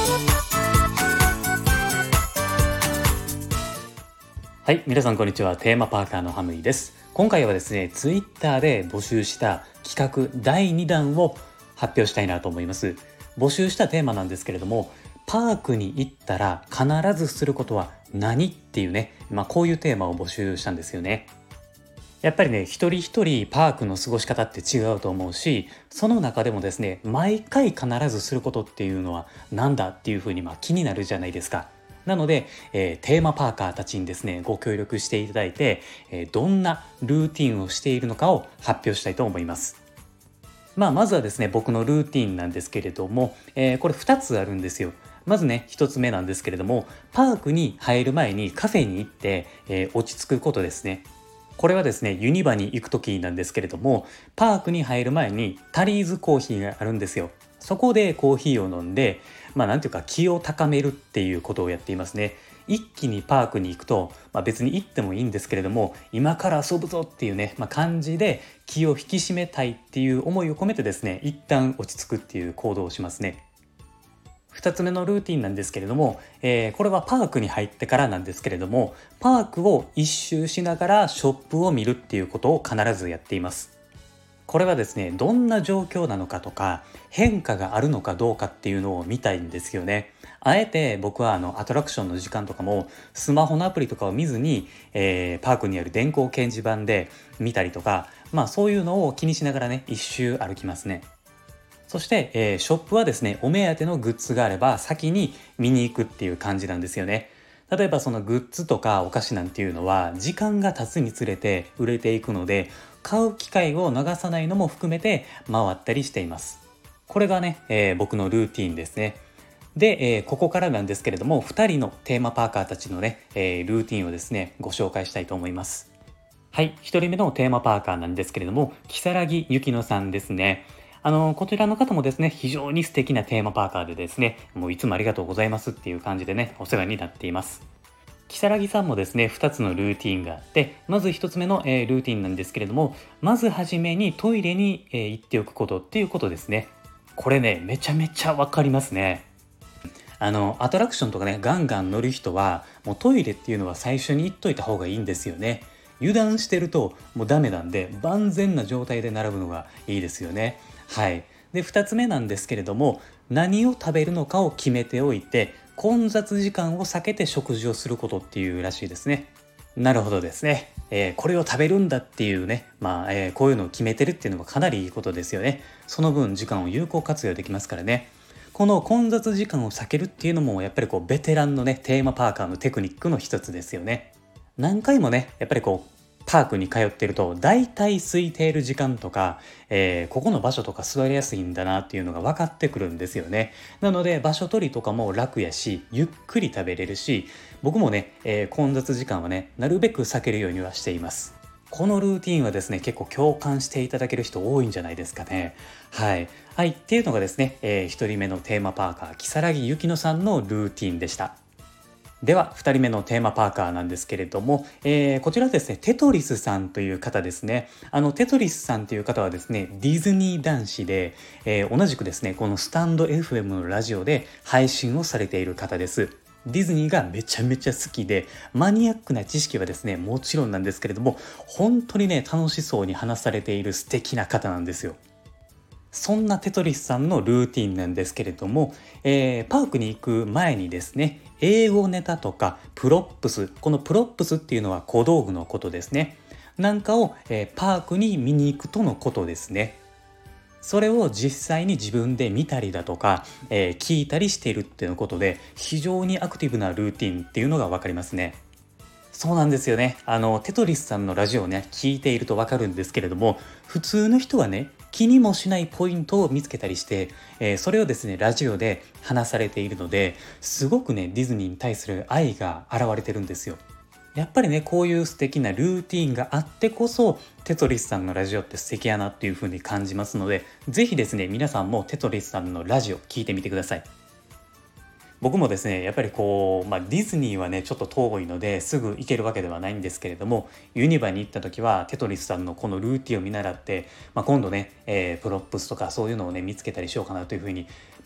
はい、皆さんこんにちは。テーマパーカーのハムイです。今回はですね、ツイッターで募集した企画第2弾を発表したいなと思います。募集したテーマなんですけれども、パークに行ったら必ずすることは何っていうね、こういうテーマを募集したんですよね。やっぱりね、一人一人パークの過ごし方って違うと思うし、その中でもですね、毎回必ずすることっていうのは何だっていうふうに気になるじゃないですか。なので、テーマパーカーたちにですね、ご協力していただいて、どんなルーティンをしているのかを発表したいと思います。まずはですね、僕のルーティンなんですけれども、これ2つあるんですよ。まずね、1つ目なんですけれども、パークに入る前にカフェに行って、落ち着くことですね。これはですね、ユニバに行く時なんですけれども、パークに入る前にタリーズコーヒーがあるんですよ。そこでコーヒーを飲んで、なんていうか気を高めるっていうことをやっていますね。一気にパークに行くと、別に行ってもいいんですけれども、今から遊ぶぞっていうね、感じで気を引き締めたいっていう思いを込めてですね、一旦落ち着くっていう行動をしますね。2つ目のルーティンなんですけれども、これはパークに入ってからなんですけれども、パークを一周しながらショップを見るっていうことを必ずやっています。これはですね、どんな状況なのかとか、変化があるのかどうかっていうのを見たいんですよね。あえて僕はアトラクションの時間とかもスマホのアプリとかを見ずに、パークにある電光掲示板で見たりとか、そういうのを気にしながらね、一周歩きますね。そして、ショップはですね、お目当てのグッズがあれば先に見に行くっていう感じなんですよね。例えばそのグッズとかお菓子なんていうのは時間が経つにつれて売れていくので、買う機会を逃さないのも含めて回ったりしています。これがね、僕のルーティーンですね。で、ここからなんですけれども、2人のテーマパーカーたちのね、ルーティンをですね、ご紹介したいと思います。はい、1人目のテーマパーカーなんですけれども、如月ゆきのさんですね。こちらの方もですね、非常に素敵なテーマパーカーでですね、もういつもありがとうございますっていう感じでね、お世話になっています。如月さんもですね、2つのルーティンがあって、まず1つ目の、ルーティンなんですけれども、まずはじめにトイレに、行っておくことっていうことですね。これね、めちゃめちゃわかりますね。アトラクションとかね、ガンガン乗る人は、もうトイレっていうのは最初に行っといた方がいいんですよね。油断してるともうダメなんで、万全な状態で並ぶのがいいですよね。はい。で、2つ目なんですけれども、何を食べるのかを決めておいて、混雑時間を避けて食事をすることっていうらしいですね。なるほどですね。これを食べるんだっていうね、こういうのを決めてるっていうのはかなりいいことですよね。その分時間を有効活用できますからね。この混雑時間を避けるっていうのもやっぱりベテランのね、テーマパーカーのテクニックの一つですよね。何回もね、やっぱりパークに通ってると、だいたい空いている時間とか、ここの場所とか座りやすいんだなっていうのが分かってくるんですよね。なので、場所取りとかも楽やし、ゆっくり食べれるし、僕もね、混雑時間はね、なるべく避けるようにはしています。このルーティンはですね、結構共感していただける人多いんじゃないですかね。はい。はい。っていうのがですね、1人目のテーマパーカー、如月ゆきのさんのルーティンでした。では、2人目のテーマパーカーなんですけれども、こちらですね、テトリスさんという方ですね。テトリスさんという方はですね、ディズニー男子で、同じくですね、このスタンド FM のラジオで配信をされている方です。ディズニーがめちゃめちゃ好きで、マニアックな知識はですね、もちろんなんですけれども、本当にね、楽しそうに話されている素敵な方なんですよ。そんなテトリスさんのルーティンなんですけれども、パークに行く前にですね、英語ネタとかプロップス、このプロップスっていうのは小道具のことですね。なんかを、パークに見に行くとのことですね。それを実際に自分で見たりだとか、聞いたりしているっていうことで、非常にアクティブなルーティンっていうのがわかりますね。そうなんですよね。テトリスさんのラジオをね、聞いているとわかるんですけれども、普通の人はね、気にもしないポイントを見つけたりして、それをですね、ラジオで話されているので、すごくね、ディズニーに対する愛が現れてるんですよ。やっぱりね、こういう素敵なルーティーンがあってこそ、テトリスさんのラジオって素敵やなっていう風に感じますので、ぜひですね、皆さんもテトリスさんのラジオ聞いてみてください。僕もですね、やっぱりディズニーはね、ちょっと遠いのですぐ行けるわけではないんですけれども、ユニバに行った時はテトリスさんのこのルーティンを見習って、今度ね、プロップスとかそういうのをね、見つけたりしようかなというふうに、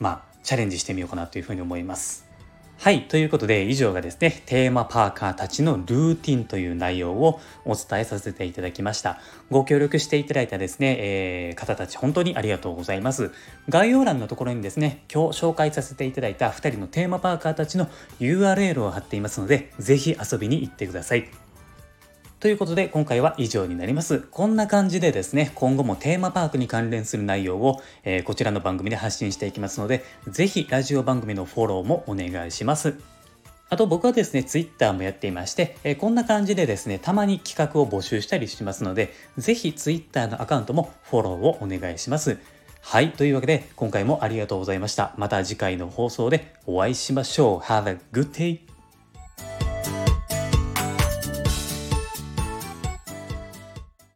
チャレンジしてみようかなというふうに思います。はい。ということで、以上がですね、テーマパーカーたちのルーティンという内容をお伝えさせていただきました。ご協力していただいたですね、方たち本当にありがとうございます。概要欄のところにですね、今日紹介させていただいた2人のテーマパーカーたちの URL を貼っていますので、ぜひ遊びに行ってください。ということで今回は以上になります。こんな感じでですね、今後もテーマパークに関連する内容を、こちらの番組で発信していきますので、ぜひラジオ番組のフォローもお願いします。あと僕はですね、ツイッターもやっていまして、こんな感じでですね、たまに企画を募集したりしますので、ぜひツイッターのアカウントもフォローをお願いします。はい、というわけで今回もありがとうございました。また次回の放送でお会いしましょう。Have a good day!